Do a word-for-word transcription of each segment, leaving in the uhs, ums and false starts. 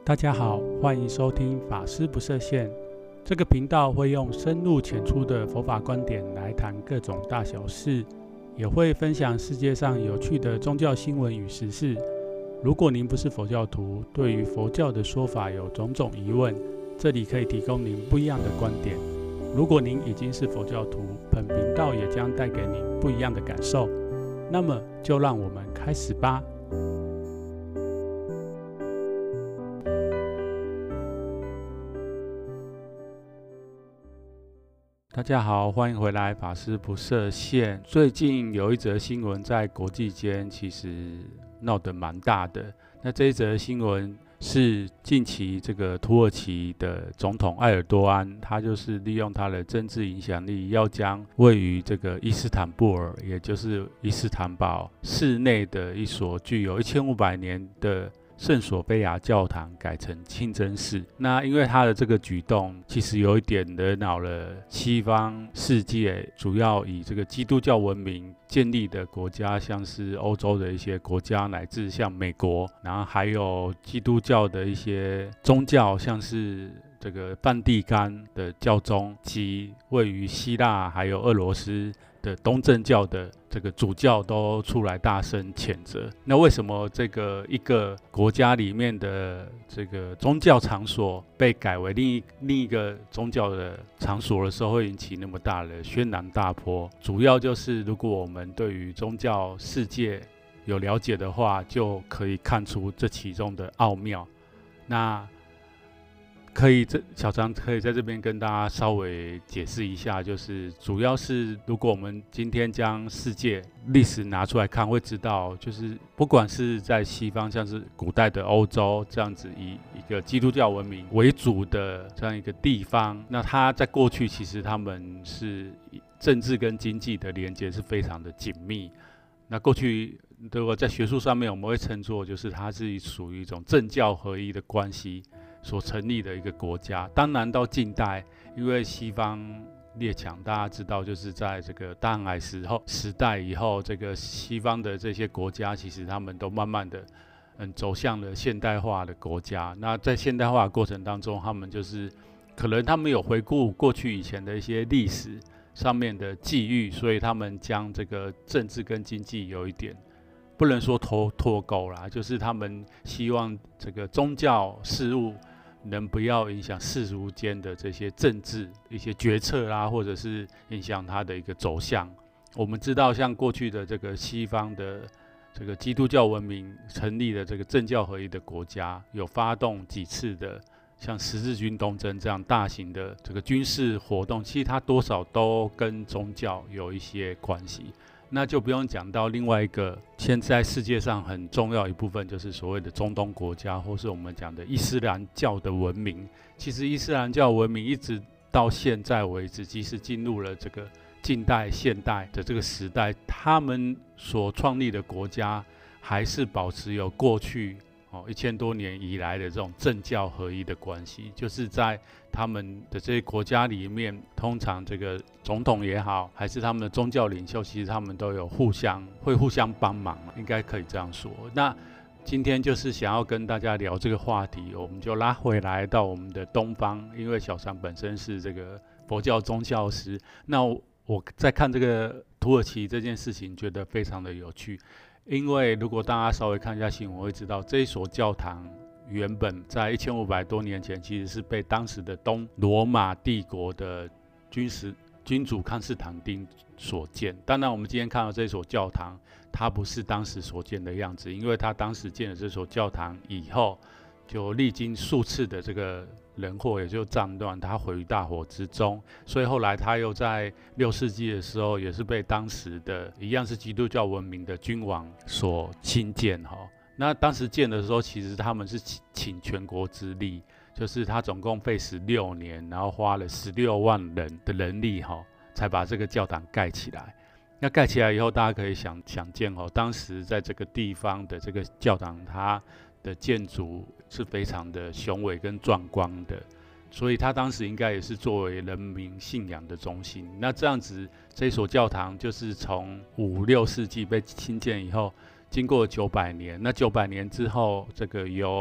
大家好，欢迎收听法师不设限。这个频道会用深入浅出的佛法观点来谈各种大小事，也会分享世界上有趣的宗教新闻与时事。如果您不是佛教徒，对于佛教的说法有种种疑问，这里可以提供您不一样的观点。如果您已经是佛教徒，本频道也将带给您不一样的感受。那么就让我们开始吧。大家好，欢迎回来，法师不设限。最近有一则新闻在国际间其实闹得蛮大的。那这一则新闻是近期这个土耳其的总统埃尔多安，他就是利用他的政治影响力，要将位于这个伊斯坦布尔，也就是伊斯坦堡市内的一所具有一千五百年的圣索菲亚教堂改成清真寺。那因为他的这个举动其实有一点惹恼了西方世界主要以这个基督教文明建立的国家，像是欧洲的一些国家，乃至像美国，然后还有基督教的一些宗教，像是这个梵蒂冈的教宗及位于希腊还有俄罗斯的东正教的这个主教都出来大声谴责。那为什么这个一个国家里面的这个宗教场所被改为另一另一个宗教的场所的时候，会引起那么大的轩然大波？主要就是如果我们对于宗教世界有了解的话，就可以看出这其中的奥妙。那可以这小张可以在这边跟大家稍微解释一下，就是主要是如果我们今天将世界历史拿出来看，会知道就是不管是在西方，像是古代的欧洲这样子以一个基督教文明为主的这样一个地方，那它在过去其实他们是政治跟经济的连接是非常的紧密。那过去如果在学术上面我们会称作就是它是属于一种政教合一的关系所成立的一个国家。当然到近代，因为西方列强大家知道，就是在这个大航海时候时代以后，这个西方的这些国家其实他们都慢慢的嗯走向了现代化的国家。那在现代化的过程当中，他们就是可能他们有回顾过去以前的一些历史上面的际遇，所以他们将这个政治跟经济有一点不能说脱脱钩啦，就是他们希望这个宗教事务能不要影响世俗间的这些政治一些决策啦，或者是影响它的一个走向。我们知道，像过去的这个西方的这个基督教文明成立的这个政教合一的国家，有发动几次的像十字军东征这样大型的这个军事活动，其实它多少都跟宗教有一些关系。那就不用讲到另外一个现在世界上很重要一部分，就是所谓的中东国家，或是我们讲的伊斯兰教的文明。其实伊斯兰教文明一直到现在为止，即使进入了这个近代现代的这个时代，他们所创立的国家还是保持有过去哦一千多年以来的这种政教合一的关系，就是在他们的这些国家里面，通常这个总统也好，还是他们的宗教领袖，其实他们都有互相会互相帮忙，应该可以这样说。那今天就是想要跟大家聊这个话题，我们就拉回来到我们的东方，因为小常本身是这个佛教宗教师，那我在看这个土耳其这件事情，觉得非常的有趣。因为如果大家稍微看一下新闻，会知道这一所教堂原本在一千五百多年前，其实是被当时的东罗马帝国的君士君主康斯坦丁所建。当然，我们今天看到这所教堂，它不是当时所建的样子，因为他当时建了这所教堂以后，就历经数次的这个人祸，也就战乱，它毁于大火之中。所以后来他又在六世纪的时候，也是被当时的一样是基督教文明的君王所兴建哈。那当时建的时候，其实他们是请全国之力，就是他总共费时六年，然后花了十六万人的人力哈，才把这个教堂盖起来。那盖起来以后，大家可以想想见哦，当时在这个地方的这个教堂，它的建筑是非常的雄伟跟壮观的，所以它当时应该也是作为人民信仰的中心。那这样子，这所教堂就是从五六世纪被兴建以后，经过九百年，那九百年之后，这个由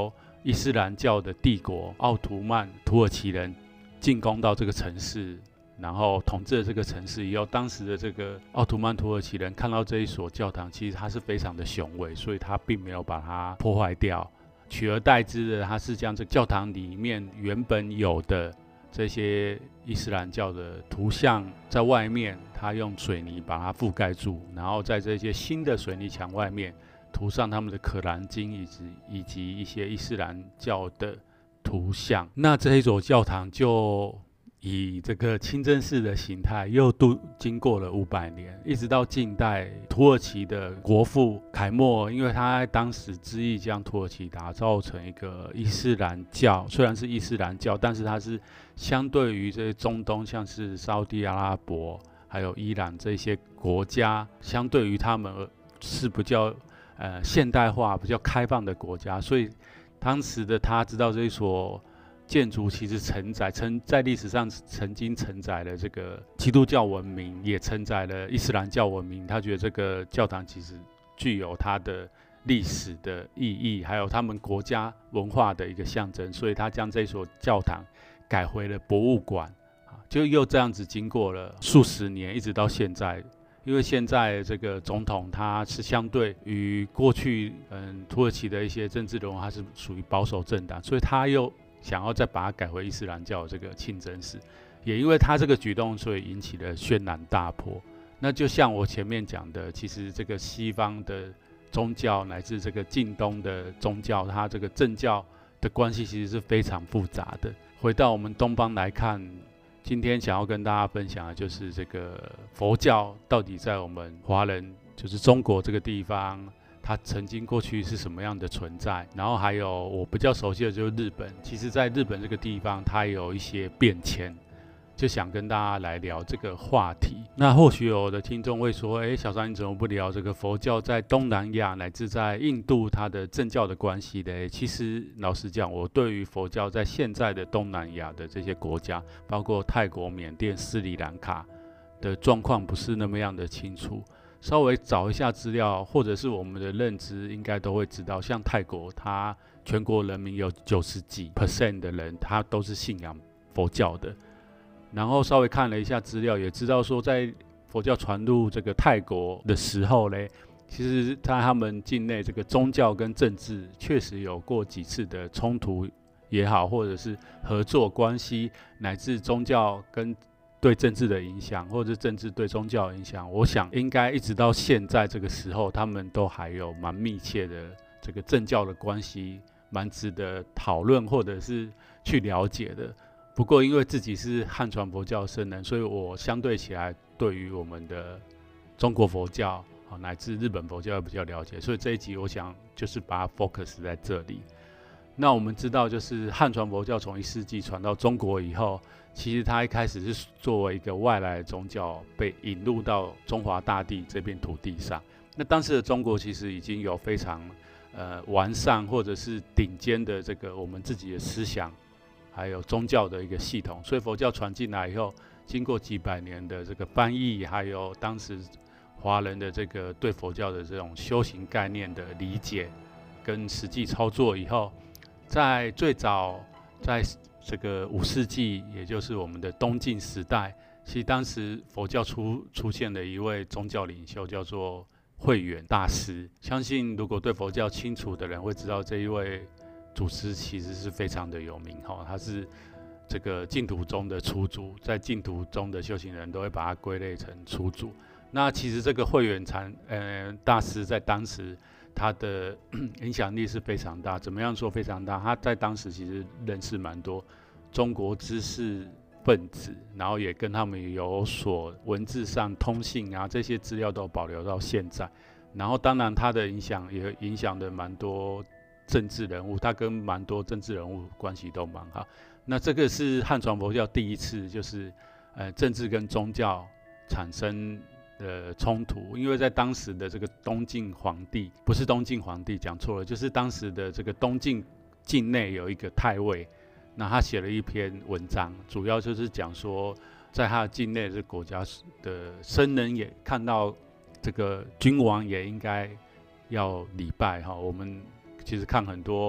伊斯兰教的帝国奥图曼土耳其人进攻到这个城市，然后统治了这个城市以后，当时的这个奥图曼土耳其人看到这一所教堂，其实它是非常的雄伟，所以他并没有把它破坏掉，取而代之的，他是将这教堂里面原本有的这些伊斯兰教的图像在外面，他用水泥把它覆盖住，然后在这些新的水泥墙外面涂上他们的可兰经以及以及一些伊斯兰教的图像。那这一所教堂就以这个清真寺的形态又度经过了五百年，一直到近代土耳其的国父凯末，因为他在当时执意将土耳其打造成一个伊斯兰教，虽然是伊斯兰教，但是它是相对于这些中东，像是沙地阿拉伯还有伊朗这些国家，相对于他们是比较呃现代化、比较开放的国家，所以当时的他知道这一所建筑其实承载承在历史上曾经承载了这个基督教文明，也承载了伊斯兰教文明。他觉得这个教堂其实具有它的历史的意义，还有他们国家文化的一个象征，所以他将这所教堂改回了博物馆，就又这样子经过了数十年，一直到现在。因为现在这个总统他是相对于过去嗯土耳其的一些政治人物，他是属于保守政党，所以他又想要再把它改回伊斯兰教的这个清真寺，也因为他这个举动，所以引起了轩然大波。那就像我前面讲的，其实这个西方的宗教乃至这个近东的宗教，它这个政教的关系其实是非常复杂的。回到我们东方来看，今天想要跟大家分享的就是这个佛教到底在我们华人，就是中国这个地方，它曾经过去是什么样的存在，然后还有我比较熟悉的就是日本，其实在日本这个地方它有一些变迁，就想跟大家来聊这个话题。那或许有的听众会说，哎，小三你怎么不聊这个佛教在东南亚乃至在印度它的政教的关系呢？其实老实讲，我对于佛教在现在的东南亚的这些国家，包括泰国、缅甸、斯里兰卡的状况不是那么样的清楚，稍微找一下资料，或者是我们的认知，应该都会知道，像泰国，它全国人民有九十几 percent 的人，他都是信仰佛教的。然后稍微看了一下资料，也知道说，在佛教传入这个泰国的时候呢，其实在他们境内，这个宗教跟政治确实有过几次的冲突也好，或者是合作关系，乃至宗教跟对政治的影响，或者是政治对宗教的影响，我想应该一直到现在这个时候，他们都还有蛮密切的这个政教的关系，蛮值得讨论或者是去了解的。不过因为自己是汉传佛教僧人，所以我相对起来对于我们的中国佛教乃至日本佛教比较了解，所以这一集我想就是把它 focus 在这里。那我们知道，就是汉传佛教从一世纪传到中国以后，其实它一开始是作为一个外来的宗教被引入到中华大地这片土地上。那当时的中国其实已经有非常呃完善或者是顶尖的这个我们自己的思想，还有宗教的一个系统，所以佛教传进来以后，经过几百年的这个翻译，还有当时华人的这个对佛教的这种修行概念的理解跟实际操作以后，在最早在这个五世纪，也就是我们的东晋时代，其实当时佛教出出现了一位宗教领袖，叫做慧远大师。相信如果对佛教清楚的人会知道，这一位祖师其实是非常的有名哈，他是这个净土宗的初祖，在净土宗的修行人都会把它归类成初祖。那其实这个慧远禅呃大师在当时他的影响力是非常大，怎么样说非常大？他在当时其实认识蛮多中国知识分子，然后也跟他们有所文字上通信啊，这些资料都保留到现在。然后当然他的影响也影响的蛮多政治人物，他跟蛮多政治人物关系都蛮好。那这个是汉传佛教第一次就是呃政治跟宗教产生的冲突，因为在当时的这个东晋皇帝，不是东晋皇帝讲错了，就是当时的这个东晋境内有一个太尉，那他写了一篇文章，主要就是讲说，在他的境内的国家的僧人也看到这个君王也应该要礼拜哈。我们其实看很多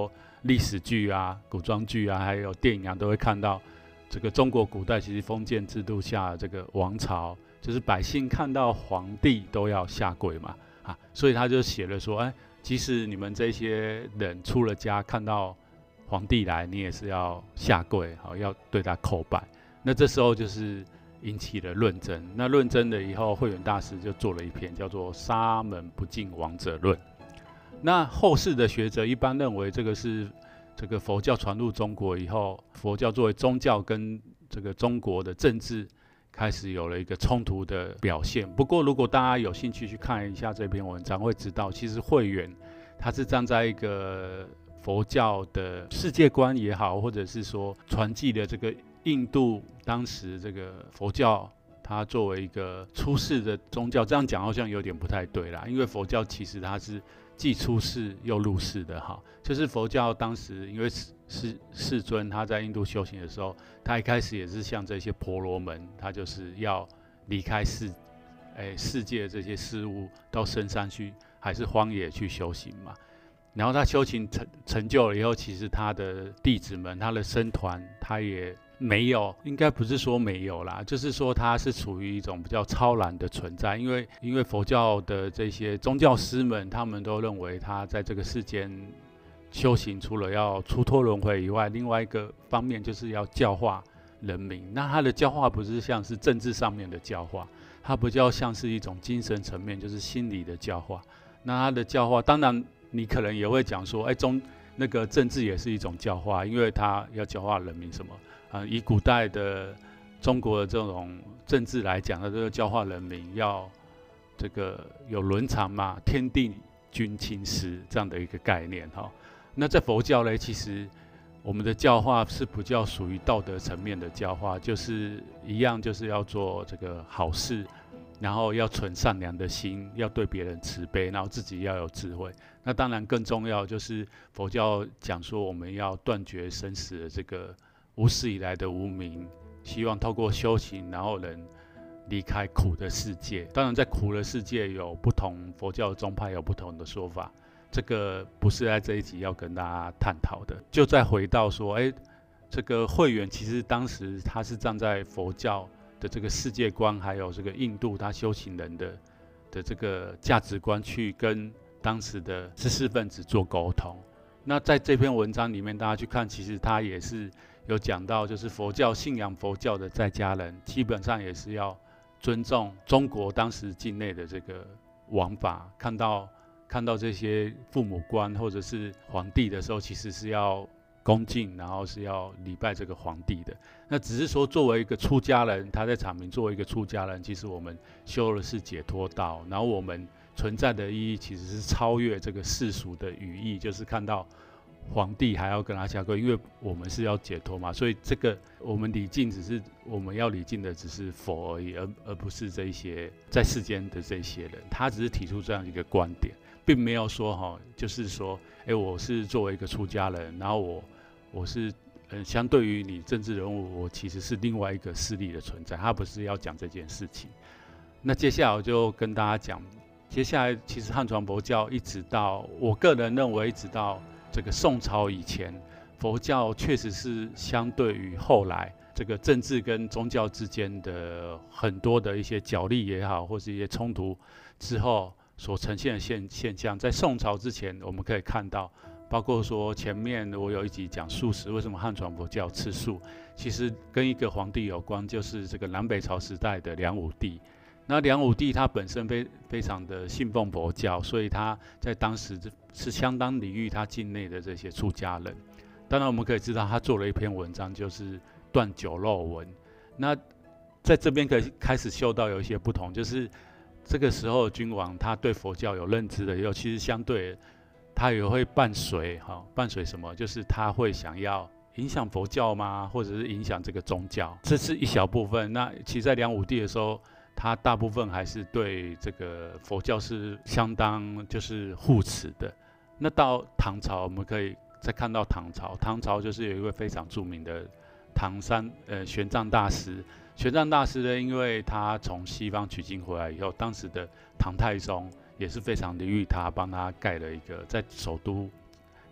历史剧啊、古装剧啊，还有电影啊，都会看到这个中国古代其实封建制度下这个王朝，就是百姓看到皇帝都要下跪嘛，啊，所以他就写了说，哎，即使你们这些人出了家，看到皇帝来，你也是要下跪，好，要对他叩拜。那这时候就是引起了论争。那论争了以后，慧远大师就做了一篇叫做《沙门不敬王者论》。那后世的学者一般认为，这个是这个佛教传入中国以后，佛教作为宗教跟这个中国的政治开始有了一个冲突的表现。不过，如果大家有兴趣去看一下这篇文章，会知道其实慧远他是站在一个佛教的世界观也好，或者是说传记的这个印度当时这个佛教，它作为一个出世的宗教，这样讲好像有点不太对啦，因为佛教其实它是既出世又入世的哈，就是佛教当时因为世世尊他在印度修行的时候，他一开始也是像这些婆罗门，他就是要离开世，哎世界这些事物，到深山去还是荒野去修行嘛。然后他修行成成就了以后，其实他的弟子们，他的僧团，他也没有，应该不是说没有啦，就是说他是处于一种比较超然的存在，因为因为佛教的这些宗教师们，他们都认为他在这个世间修行，除了要出脱轮回以外，另外一个方面就是要教化人民。那他的教化不是像是政治上面的教化，他比较像是一种精神层面，就是心理的教化。那他的教化，当然你可能也会讲说，哎，中那个政治也是一种教化，因为他要教化人民什么？呃，以古代的中国的这种政治来讲，它就是教化人民要这个有伦常嘛，天地君亲师这样的一个概念哈。那在佛教呢，其实我们的教化是比较属于道德层面的教化，就是一样就是要做这个好事，然后要存善良的心，要对别人慈悲，然后自己要有智慧。那当然更重要就是佛教讲说我们要断绝生死的这个无始以来的无明，希望透过修行，然后能离开苦的世界。当然，在苦的世界有不同佛教的宗派有不同的说法，这个不是在这一集要跟大家探讨的。就再回到说，哎，这个慧远其实当时他是站在佛教的这个世界观，还有这个印度他修行人的的这个价值观去跟当时的知识分子做沟通。那在这篇文章里面，大家去看，其实他也是有讲到，就是佛教信仰佛教的在家人，基本上也是要尊重中国当时境内的这个王法，看到看到这些父母官或者是皇帝的时候，其实是要恭敬，然后是要礼拜这个皇帝的。那只是说，作为一个出家人，他在阐明作为一个出家人，其实我们修的是解脱道，然后我们存在的意义其实是超越这个世俗的语义，就是看到皇帝还要跟他下跪，因为我们是要解脱嘛，所以这个我们礼敬只是我们要礼敬的只是佛而已，而而不是这一些在世间的这些人。他只是提出这样一个观点，并没有说哈，就是说，哎，我是作为一个出家人，然后我我是嗯，相对于你政治人物，我其实是另外一个势力的存在。他不是要讲这件事情。那接下来我就跟大家讲，接下来其实汉传佛教一直到我个人认为，一直到这个宋朝以前，佛教确实是相对于后来这个政治跟宗教之间的很多的一些角力也好，或是一些冲突之后所呈现的现现象，在宋朝之前我们可以看到，包括说前面我有一集讲素食，为什么汉传佛教吃素，其实跟一个皇帝有关，就是这个南北朝时代的梁武帝。那梁武帝他本身非非常的信奉佛教，所以他在当时是相当礼遇他境内的这些出家人。当然我们可以知道，他做了一篇文章，就是断酒肉文。那在这边可以开始嗅到有一些不同，就是这个时候君王他对佛教有认知的以后，其实相对他也会伴随哈，伴随什么？就是他会想要影响佛教吗？或者是影响这个宗教？这是一小部分。那其实，在梁武帝的时候，他大部分还是对这个佛教是相当就是护持的。那到唐朝，我们可以再看到唐朝，唐朝就是有一位非常著名的唐三呃玄奘大师。玄奘大师呢，因为他从西方取经回来以后，当时的唐太宗也是非常礼遇他，帮他盖了一个在首都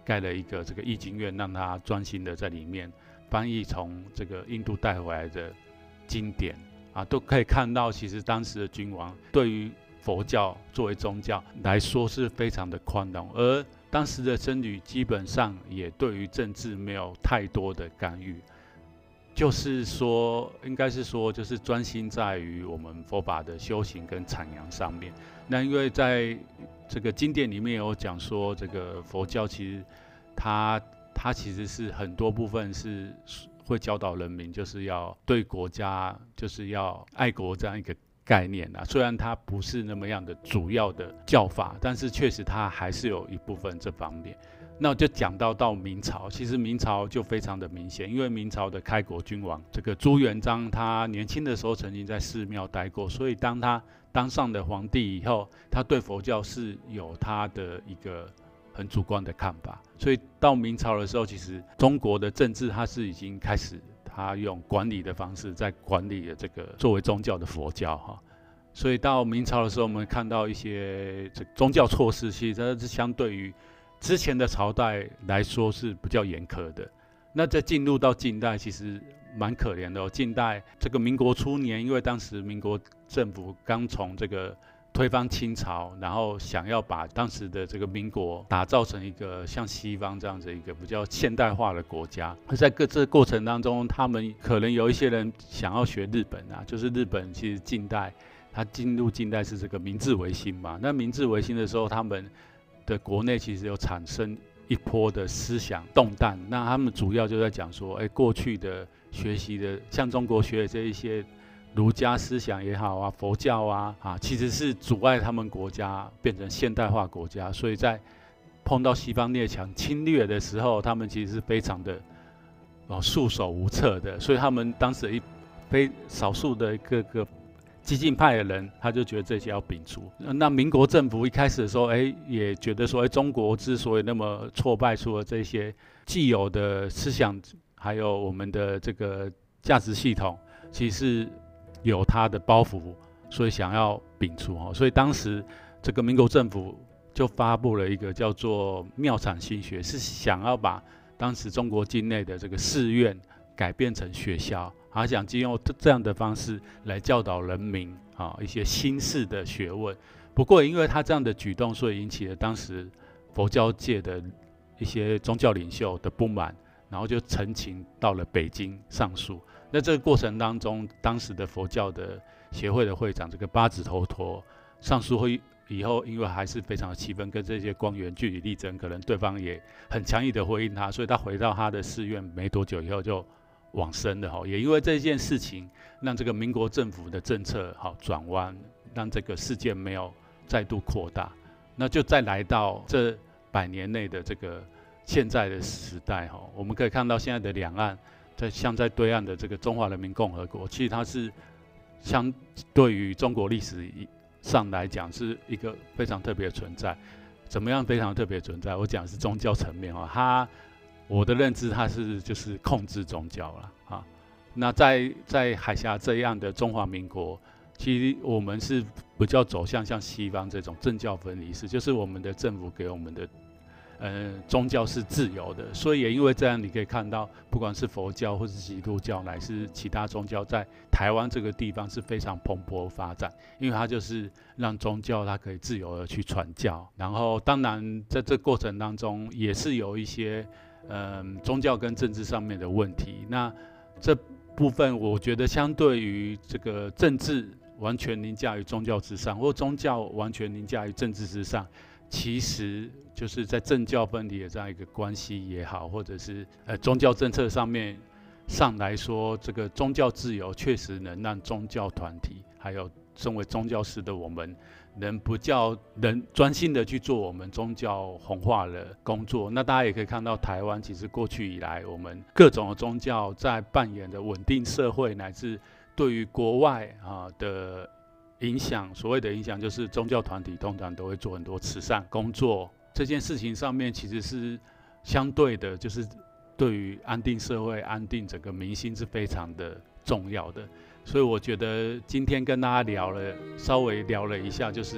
盖了一个这个译经院，让他专心的在里面翻译从这个印度带回来的经典啊，都可以看到，其实当时的君王对于佛教作为宗教来说是非常的宽容，而当时的僧侣基本上也对于政治没有太多的干预，就是说，应该是说，就是专心在于我们佛法的修行跟阐扬上面。那因为在这个经典里面有讲说，这个佛教其实它它其实是很多部分是会教导人民，就是要对国家就是要爱国这样一个概念啊。虽然它不是那么样的主要的教法，但是确实它还是有一部分这方面。那我就讲到到明朝，其实明朝就非常的明显，因为明朝的开国君王这个朱元璋，他年轻的时候曾经在寺庙待过，所以当他当上的皇帝以后，他对佛教是有他的一个很主观的看法。所以到明朝的时候，其实中国的政治它是已经开始，他用管理的方式在管理的这个作为宗教的佛教哈。所以到明朝的时候，我们看到一些这宗教措施，其实它是相对于之前的朝代来说是比较严苛的。那在进入到近代，其实蛮可怜的哦。近代这个民国初年，因为当时民国政府刚从这个推翻清朝，然后想要把当时的这个民国打造成一个像西方这样子一个比较现代化的国家。在各这个过程当中，他们可能有一些人想要学日本啊，就是日本其实近代它进入近代是这个明治维新嘛。那明治维新的时候，他们的国内其实有产生一波的思想动荡，那他们主要就在讲说，哎，过去的学习的，像中国学的这一些儒家思想也好啊，佛教啊，啊，其实是阻碍他们国家变成现代化国家，所以在碰到西方列强侵略的时候，他们其实是非常的哦束手无策的，所以他们当时一非少数的各个激进派的人，他就觉得这些要摒除。那民国政府一开始的时候，哎，也觉得说，哎，中国之所以那么挫败，除了这些既有的思想，还有我们的这个价值系统，其实是有它的包袱，所以想要摒除哦。所以当时这个民国政府就发布了一个叫做妙产心学，是想要把当时中国境内的这个寺院改变成学校。他想借用这样的方式来教导人民啊一些新式的学问。不过，因为他这样的举动，所以引起了当时佛教界的一些宗教领袖的不满，然后就陈情到了北京上诉。那这个过程当中，当时的佛教的协会的会长这个八指头陀上诉会以后，因为还是非常的气愤，跟这些官员据理力争，可能对方也很强硬的回应他，所以他回到他的寺院没多久以后就往生的哈，也因为这件事情，让这个民国政府的政策好转弯，让这个事件没有再度扩大。那就再来到这百年内的这个现在的时代哈，我们可以看到现在的两岸，在像在对岸的这个中华人民共和国，其实它是相对于中国历史上来讲是一个非常特别的存在。怎么样非常特别的存在？我讲的是宗教层面哈，它。我的认知，它是就是控制宗教了啊。那在在海峡这样的中华民国，其实我们是比较走向像西方这种政教分离式，就是我们的政府给我们的呃宗教是自由的，所以也因为这样，你可以看到，不管是佛教或是基督教，乃至其他宗教，在台湾这个地方是非常蓬勃发展，因为它就是让宗教它可以自由的去传教。然后，当然在这过程当中，也是有一些。嗯，宗教跟政治上面的问题，那这部分我觉得相对于这个政治完全凌驾于宗教之上，或宗教完全凌驾于政治之上，其实就是在政教分离的这样一个关系也好，或者是呃宗教政策上面上来说，这个宗教自由确实能让宗教团体还有身为宗教师的我们。能不叫能专心的去做我们宗教弘化的工作，那大家也可以看到，台湾其实过去以来，我们各种的宗教在扮演的稳定社会，乃至对于国外啊的影响，所谓的影响就是宗教团体通常都会做很多慈善工作，这件事情上面其实是相对的，就是对于安定社会、安定整个民心是非常的重要的。所以我觉得今天跟大家聊了，稍微聊了一下，就是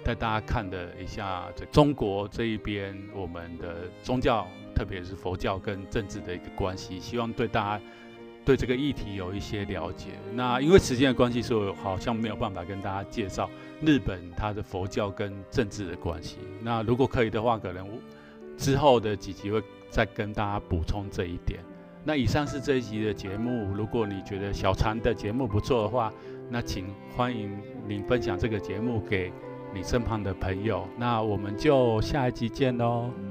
带大家看了一下这中国这一边我们的宗教，特别是佛教跟政治的一个关系，希望对大家对这个议题有一些了解。那因为时间的关系，所以我好像没有办法跟大家介绍日本它的佛教跟政治的关系。那如果可以的话，可能之后的几集会再跟大家补充这一点。那以上是这一集的节目，如果你觉得小禅的节目不错的话，那请欢迎您分享这个节目给你身旁的朋友。那我们就下一集见喽。